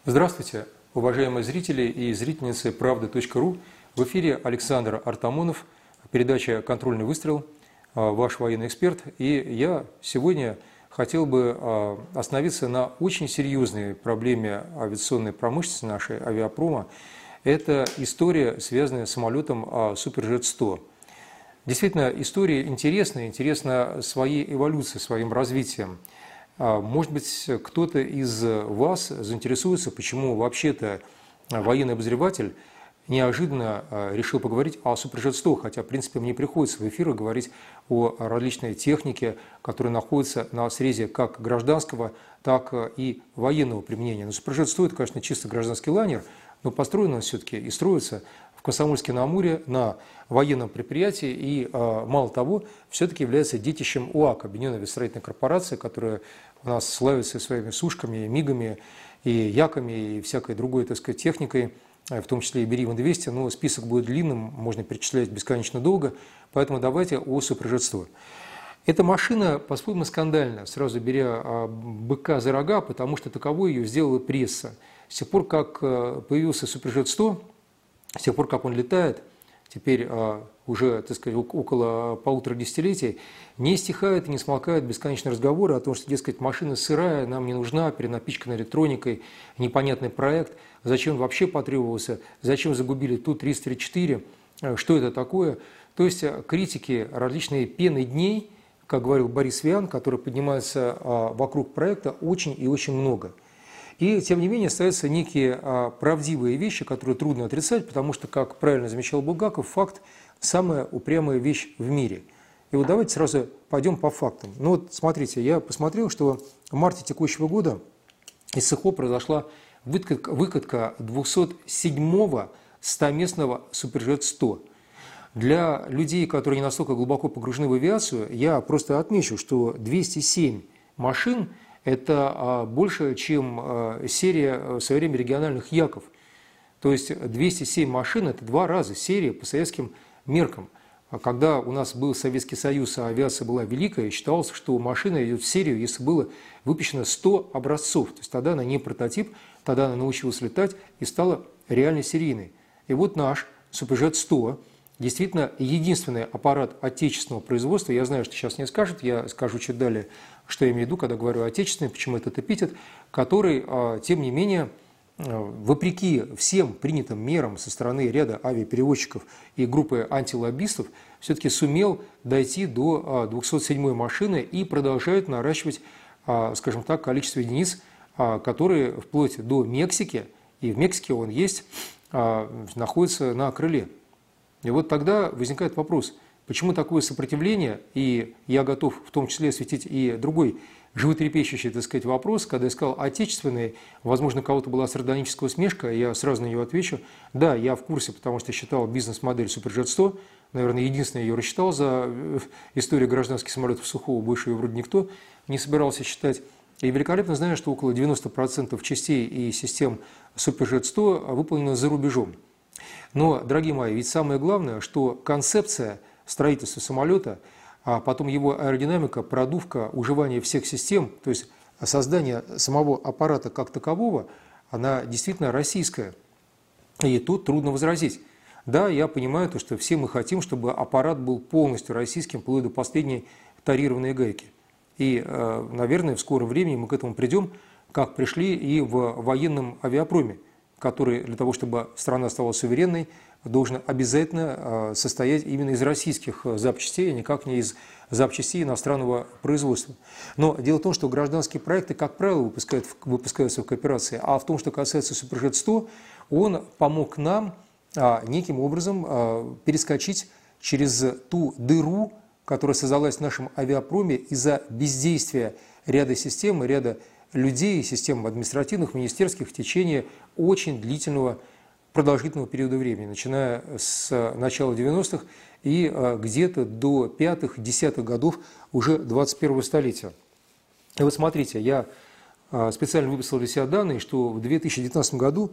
Здравствуйте, уважаемые зрители и зрительницы правды.ру. В эфире Александр Артамонов, передача «Контрольный выстрел», ваш военный эксперт. И я сегодня хотел бы остановиться на очень серьезной проблеме авиационной промышленности нашей, авиапрома. Это история, связанная с самолетом Суперджет-100. Действительно, история интересна своей эволюцией, своим развитием. Может быть, кто-то из вас заинтересуется, почему вообще-то военный обозреватель неожиданно решил поговорить о Суперджет-100, хотя, в принципе, мне приходится в эфирах говорить о различной технике, которая находится на срезе как гражданского, так и военного применения. Но Суперджет-100 – это, конечно, чисто гражданский лайнер, но построен он все-таки и строится в Комсомольске-на-Амуре на военном предприятии и, мало того, все-таки является детищем УАК, Объединенной авиастроительной корпорации, которая у нас славится своими сушками, мигами и яками и всякой другой, так сказать, техникой, в том числе и Бериеван-200, но список будет длинным, можно перечислять бесконечно долго, поэтому давайте о Суперджет-100. Эта машина по-своему скандальна, сразу беря быка за рога, потому что таковой ее сделала пресса. С тех пор, как появился Суперджет-100, с тех пор, как он летает, теперь уже, так сказать, около полутора десятилетий, не стихают и не смолкают бесконечные разговоры о том, что, дескать, машина сырая, нам не нужна, перенапичкана электроникой, непонятный проект, зачем он вообще потребовался, зачем загубили Ту-334, что это такое. То есть критики, различные пены дней, как говорил Борис Виан, которые поднимаются вокруг проекта, очень и очень много. И, тем не менее, остаются некие правдивые вещи, которые трудно отрицать, потому что, как правильно замечал Булгаков, факт – самая упрямая вещь в мире. И вот давайте сразу пойдем по фактам. Ну вот смотрите, я посмотрел, что в марте текущего года из СХО произошла выкатка 207-го 100-местного Суперджет-100. Для людей, которые не настолько глубоко погружены в авиацию, я просто отмечу, что 207 машин – это больше, чем серия в свое время региональных Яков. То есть 207 машин – это 2 раза серия по советским меркам. Когда у нас был Советский Союз, а авиация была великая, считалось, что машина идет в серию, если было выпущено 100 образцов. То есть тогда она не прототип, тогда она научилась летать и стала реально серийной. И вот наш Суперджет-100 действительно единственный аппарат отечественного производства. Я знаю, что сейчас не скажут, я скажу чуть далее, что я имею в виду, когда говорю отечественный, почему этот эпитет, который, тем не менее, вопреки всем принятым мерам со стороны ряда авиаперевозчиков и группы антилоббистов, все-таки сумел дойти до 207-й машины и продолжает наращивать, скажем так, количество единиц, которые вплоть до Мексики, и в Мексике он есть, находится на крыле. И вот тогда возникает вопрос, почему такое сопротивление, и я готов в том числе осветить и другой животрепещущий, так сказать, вопрос, когда я сказал отечественный, возможно, у кого-то была сардоническая усмешка, я сразу на нее отвечу. Да, я в курсе, потому что считал бизнес-модель Суперджет-100, наверное, единственное ее рассчитал за историю гражданских самолетов Сухого, больше ее вроде никто не собирался считать. И великолепно знаю, что около 90% частей и систем Суперджет-100 выполнены за рубежом. Но, дорогие мои, ведь самое главное, что концепция строительства самолета, а потом его аэродинамика, продувка, уживание всех систем, то есть создание самого аппарата как такового, она действительно российская. И тут трудно возразить. Да, я понимаю, что все мы хотим, чтобы аппарат был полностью российским, вплоть до последней тарированной гайки. И, наверное, в скором времени мы к этому придем, как пришли и в военном авиапроме, который для того, чтобы страна оставалась суверенной, должен обязательно состоять именно из российских запчастей, а никак не из запчастей иностранного производства. Но дело в том, что гражданские проекты, как правило, выпускаются в кооперации, а в том, что касается Суперджет-100, он помог нам неким образом перескочить через ту дыру, которая создалась в нашем авиапроме из-за бездействия ряда систем, ряда людей, систем административных, министерских в течение очень длительного, продолжительного периода времени, начиная с начала 90-х и где-то до 5-10-х годов уже 21-го столетия. И вот смотрите, я специально выписал для себя данные, что в 2019 году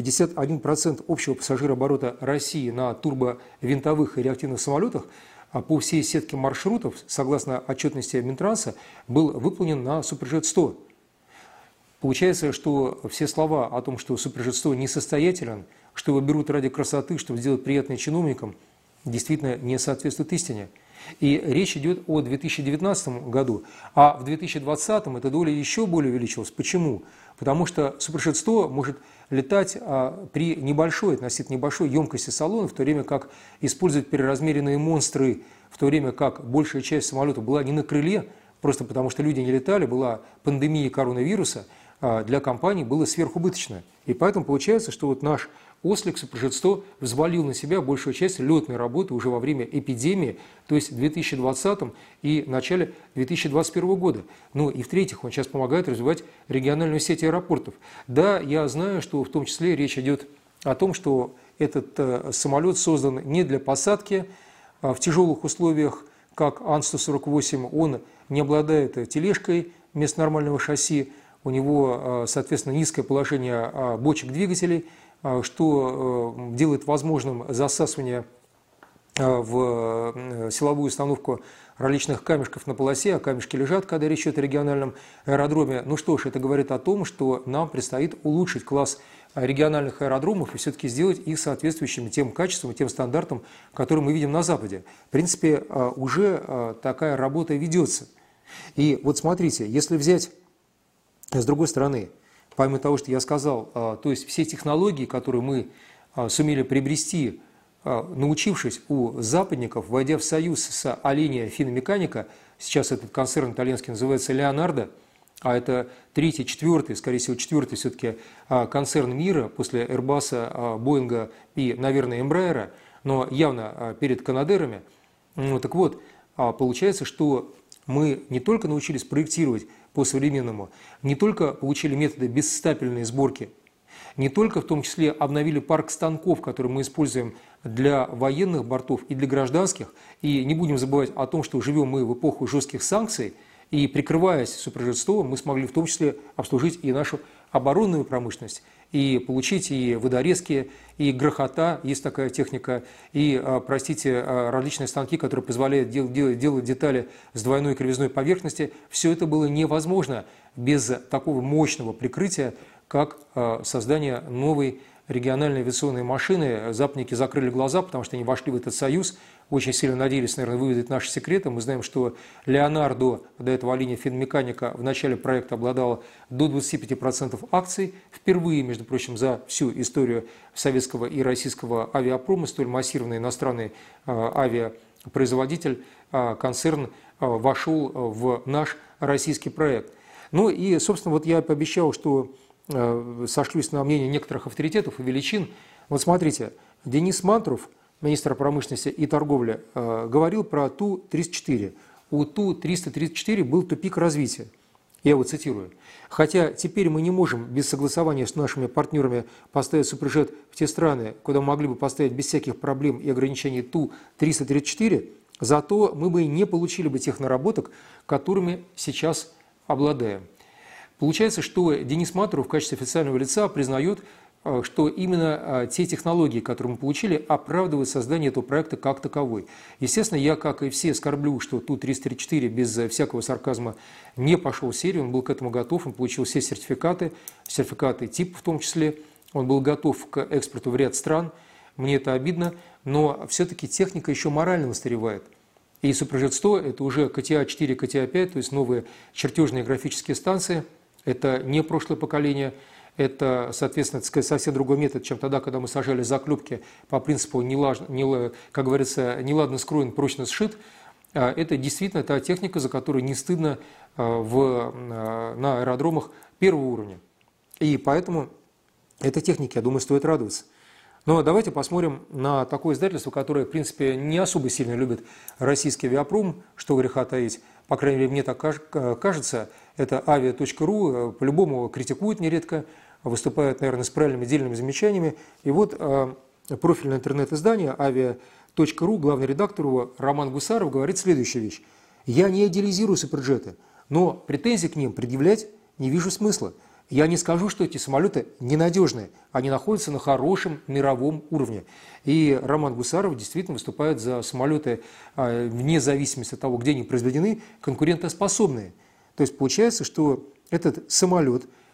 51% общего пассажирооборота России на турбовинтовых и реактивных самолетах по всей сетке маршрутов, согласно отчетности Минтранса, был выполнен на Суперджет-100. Получается, что все слова о том, что Супержет-100 несостоятелен, что его берут ради красоты, чтобы сделать приятное чиновникам, действительно не соответствует истине. И речь идет о 2019 году, а в 2020 эта доля еще более увеличилась. Почему? Потому что Супержет-100 может летать при небольшой, относительно небольшой емкости салона, в то время как использовать переразмеренные монстры, в то время как большая часть самолета была не на крыле, просто потому что люди не летали, была пандемия коронавируса, для компании было сверхубыточно. И поэтому получается, что вот наш Ослик Супержет-100 взвалил на себя большую часть летной работы уже во время эпидемии, то есть в 2020 и начале 2021 года. Ну и в-третьих, он сейчас помогает развивать региональную сеть аэропортов. Да, я знаю, что в том числе речь идет о том, что этот самолет создан не для посадки в тяжелых условиях, как Ан-148, он не обладает тележкой вместо нормального шасси, у него, соответственно, низкое положение бочек двигателей, что делает возможным засасывание в силовую установку различных камешков на полосе, а камешки лежат, когда речь идет о региональном аэродроме. Ну что ж, это говорит о том, что нам предстоит улучшить класс региональных аэродромов и все-таки сделать их соответствующими тем качествам и тем стандартам, которые мы видим на Западе. В принципе, уже такая работа ведется. И вот смотрите, если взять с другой стороны, помимо того, что я сказал, то есть все технологии, которые мы сумели приобрести, научившись у западников, войдя в союз с Alenia Finmeccanica, сейчас этот концерн итальянский называется Leonardo, а это третий, четвертый, скорее всего, четвертый все-таки концерн мира после Airbus, Боинга и, наверное, Embraer, но явно перед Канадерами. Ну, так вот, получается, что мы не только научились проектировать по-современному, не только получили методы бесстапельной сборки, не только в том числе обновили парк станков, который мы используем для военных бортов и для гражданских, и не будем забывать о том, что живем мы в эпоху жестких санкций, и прикрываясь Супержет-100, мы смогли в том числе обслужить и нашу оборонную промышленность, и получить и водорезки, и грохота, есть такая техника, и, простите, различные станки, которые позволяют делать детали с двойной кривизной поверхности. Все это было невозможно без такого мощного прикрытия, как создание новой региональной авиационной машины. Западники закрыли глаза, потому что они вошли в этот союз, очень сильно надеялись, наверное, выведать наши секреты. Мы знаем, что Leonardo, до этого Alenia Finmeccanica, в начале проекта обладала до 25% акций. Впервые, между прочим, за всю историю советского и российского авиапрома, столь массированный иностранный авиапроизводитель, концерн вошел в наш российский проект. Ну и, собственно, вот я пообещал, что сошлюсь на мнение некоторых авторитетов и величин. Вот смотрите, Денис Мантуров, министр промышленности и торговли, говорил про Ту-34. У Ту-334 был тупик развития. Я его цитирую. Хотя теперь мы не можем без согласования с нашими партнерами поставить Супержет в те страны, куда мы могли бы поставить без всяких проблем и ограничений Ту-334, зато мы бы не получили бы тех наработок, которыми сейчас обладаем. Получается, что Денис Мантуров в качестве официального лица признает, что именно те технологии, которые мы получили, оправдывают создание этого проекта как таковой. Естественно, я, как и все, скорблю, что Ту-334 без всякого сарказма не пошел в серию, он был к этому готов, он получил все сертификаты типа в том числе, он был готов к экспорту в ряд стран, мне это обидно, но все-таки техника еще морально устаревает. И Супержет-100 – это уже КТА-4, КТА-5, то есть новые чертежные графические станции, это не прошлое поколение, это, соответственно, совсем другой метод, чем тогда, когда мы сажали заклепки по принципу, как говорится, неладно скроен, прочно сшит. Это действительно та техника, за которую не стыдно на аэродромах первого уровня. И поэтому этой технике, я думаю, стоит радоваться. Но давайте посмотрим на такое издательство, которое, в принципе, не особо сильно любит российский авиапром, что греха таить. По крайней мере, мне так кажется. Это avia.ru, по-любому критикует нередко, выступают, наверное, с правильными дельными замечаниями. И вот профильное интернет-издание avia.ru, главный редактор его Роман Гусаров говорит следующую вещь. «Я не идеализирую суперджеты, но претензий к ним предъявлять не вижу смысла. Я не скажу, что эти самолеты ненадежные, они находятся на хорошем мировом уровне». И Роман Гусаров действительно выступает за самолеты, вне зависимости от того, где они произведены, конкурентоспособные. То есть получается, что этот самолет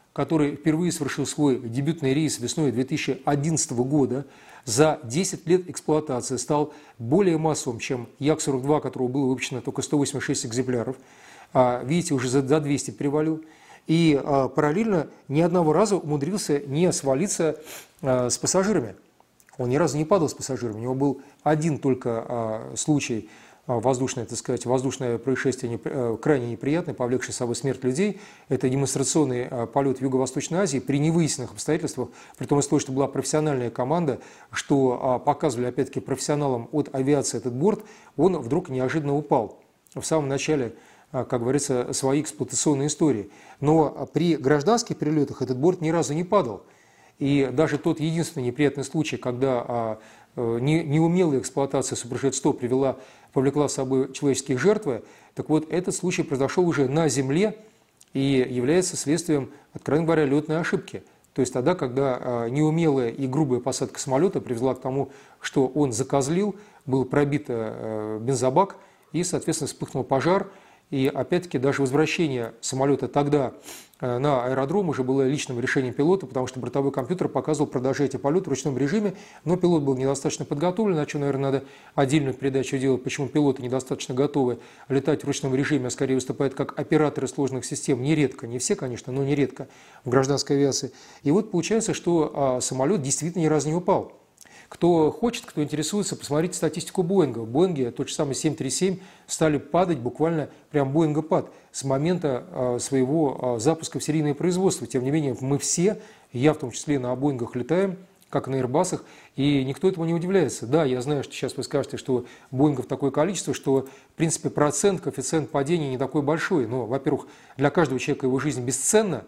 который впервые совершил свой дебютный рейс весной 2011 года, за 10 лет эксплуатации стал более массовым, чем Як-42, которого было выпущено только 186 экземпляров. Видите, уже за 200 перевалил. И параллельно ни одного раза умудрился не свалиться с пассажирами. Он ни разу не падал с пассажирами. У него был один только случай воздушное, так сказать, воздушное происшествие крайне неприятное, повлекшее с собой смерть людей. Это демонстрационный полет в Юго-Восточной Азии при невыясненных обстоятельствах, при том условии, что была профессиональная команда, что показывали опять-таки профессионалам от авиации этот борт, он вдруг неожиданно упал в самом начале, как говорится, своей эксплуатационной истории. Но при гражданских перелетах этот борт ни разу не падал. И даже тот единственный неприятный случай, когда неумелая эксплуатация Суперджет-100 повлекла с собой человеческие жертвы, так вот, этот случай произошел уже на земле и является следствием, откровенно говоря, летной ошибки. То есть тогда, когда неумелая и грубая посадка самолета привела к тому, что он закозлил, был пробит бензобак и, соответственно, вспыхнул пожар. И опять-таки даже возвращение самолета тогда на аэродром уже было личным решением пилота, потому что бортовой компьютер показывал продолжать полет в ручном режиме, но пилот был недостаточно подготовлен, о чем, наверное, надо отдельную передачу делать, почему пилоты недостаточно готовы летать в ручном режиме, а скорее выступают как операторы сложных систем, нередко, не все, конечно, но нередко в гражданской авиации. И вот получается, что самолет действительно ни разу не упал. Кто хочет, кто интересуется, посмотрите статистику Боинга. В Боинге тот же самый 737 стали падать буквально прям Боингопад с момента своего запуска в серийное производство. Тем не менее, мы все, я в том числе, на Боингах летаем, как на Airbus'ах, и никто этому не удивляется. Да, я знаю, что сейчас вы скажете, что Боингов такое количество, что, в принципе, коэффициент падения не такой большой. Но, во-первых, для каждого человека его жизнь бесценна.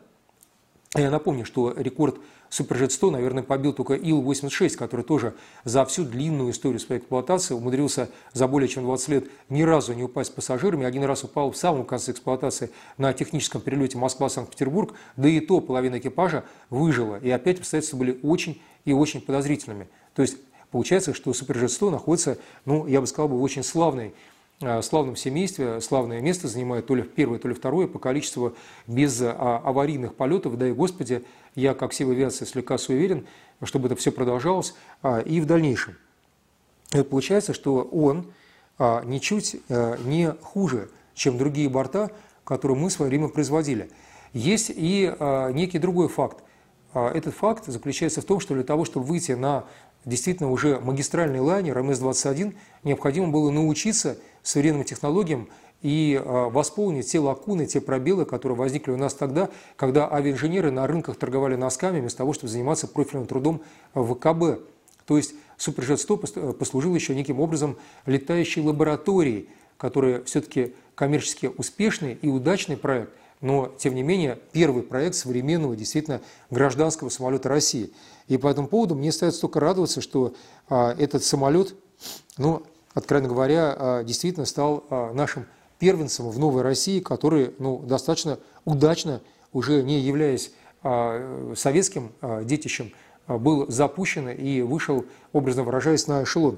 Я напомню, что рекорд Суперджет-100, наверное, побил только Ил-86, который тоже за всю длинную историю своей эксплуатации умудрился за более чем 20 лет ни разу не упасть с пассажирами. Один раз упал в самом конце эксплуатации на техническом перелете Москва-Санкт-Петербург, да и то половина экипажа выжила. И опять обстоятельства были очень и очень подозрительными. То есть получается, что Суперджет-100 находится, ну, я бы сказал, в очень славном семействе, славное место занимает то ли первое, то ли второе по количеству без аварийных полетов. Дай Господи, я как сила авиации слегка суеверен, чтобы это все продолжалось и в дальнейшем. И получается, что он ничуть не хуже, чем другие борта, которые мы в свое время производили. Есть и некий другой факт. Этот факт заключается в том, что для того, чтобы выйти на действительно уже магистральный лайнер МС-21, необходимо было научиться современным технологиям и восполнить те лакуны, те пробелы, которые возникли у нас тогда, когда авиаинженеры на рынках торговали носками вместо того, чтобы заниматься профильным трудом в ВКБ. То есть Суперджет-100 послужил еще неким образом летающей лабораторией, которая все-таки коммерчески успешный и удачный проект, но, тем не менее, первый проект современного, действительно, гражданского самолета России. И по этому поводу мне остается только радоваться, что этот самолет, ну, откровенно говоря, действительно стал нашим первенцем в новой России, который, ну, достаточно удачно, уже не являясь советским детищем, был запущен и вышел, образно выражаясь, на эшелон.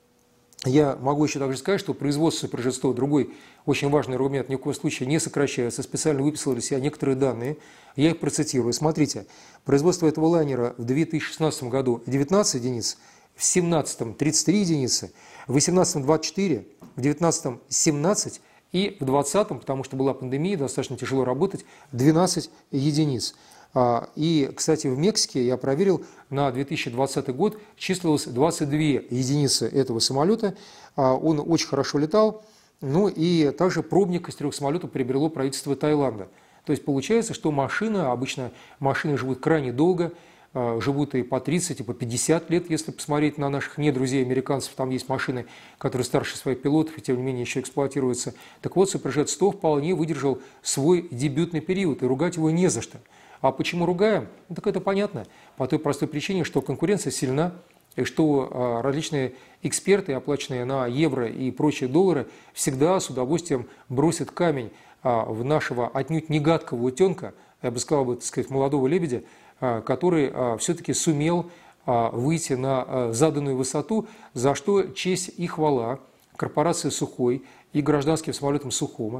Я могу еще также сказать, что производство Суперджет-100, другой очень важный аргумент, ни в коем случае не сокращается. Специально выписал для себя некоторые данные. Я их процитирую. Смотрите, производство этого лайнера в 2016 году 19 единиц, в 2017 33 единицы, в 2018 24, в 2019 17 и в 2020, потому что была пандемия, достаточно тяжело работать, 12 единиц. И, кстати, в Мексике, я проверил, на 2020 год числилось 22 единицы этого самолета. Он очень хорошо летал. Ну и также пробник из 3 самолетов приобрело правительство Таиланда. То есть получается, что машина, обычно машины живут крайне долго, живут и по 30, и по 50 лет, если посмотреть на наших недрузей американцев. Там есть машины, которые старше своих пилотов и тем не менее еще эксплуатируются. Так вот, Суперджет-100 вполне выдержал свой дебютный период, и ругать его не за что. А почему ругаем? Ну, так это понятно. По той простой причине, что конкуренция сильна, и что различные эксперты, оплаченные на евро и прочие доллары, всегда с удовольствием бросят камень в нашего отнюдь не гадкого утенка, я бы сказал, так сказать, молодого лебедя, который все-таки сумел выйти на заданную высоту, за что честь и хвала корпорации «Сухой» и гражданским самолетам «Сухома».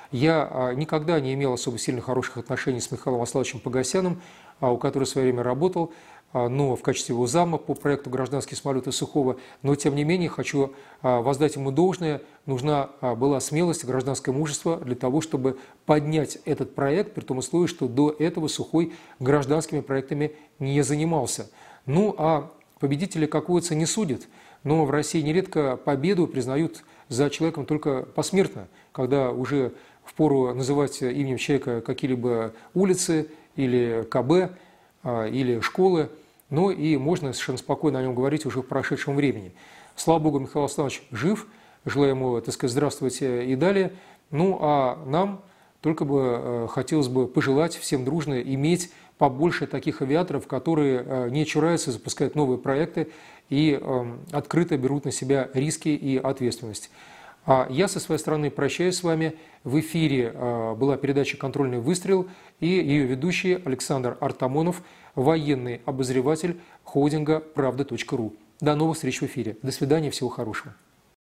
Я никогда не имел особо сильно хороших отношений с Михаилом Васловичем Погосяном, у которого в свое время работал, но в качестве его зама по проекту «Гражданские самолеты» Сухого. Но, тем не менее, хочу воздать ему должное. Нужна была смелость и гражданское мужество для того, чтобы поднять этот проект, при том условии, что до этого Сухой гражданскими проектами не занимался. Ну, а победители, как водится, не судят. Но в России нередко победу признают за человеком только посмертно, когда уже впору называть именем человека какие-либо улицы или КБ, или школы, но и можно совершенно спокойно о нем говорить уже в прошедшем времени. Слава Богу, Михаил Васлович жив, желаю ему, так сказать, здравствовать и далее. Ну, а нам только бы хотелось бы пожелать всем дружно иметь побольше таких авиаторов, которые не чураются, запускают новые проекты и открыто берут на себя риски и ответственность. А я со своей стороны прощаюсь с вами. В эфире была передача «Контрольный выстрел» и ее ведущий Александр Артамонов, военный обозреватель холдинга «Правда.ру». До новых встреч в эфире. До свидания, всего хорошего.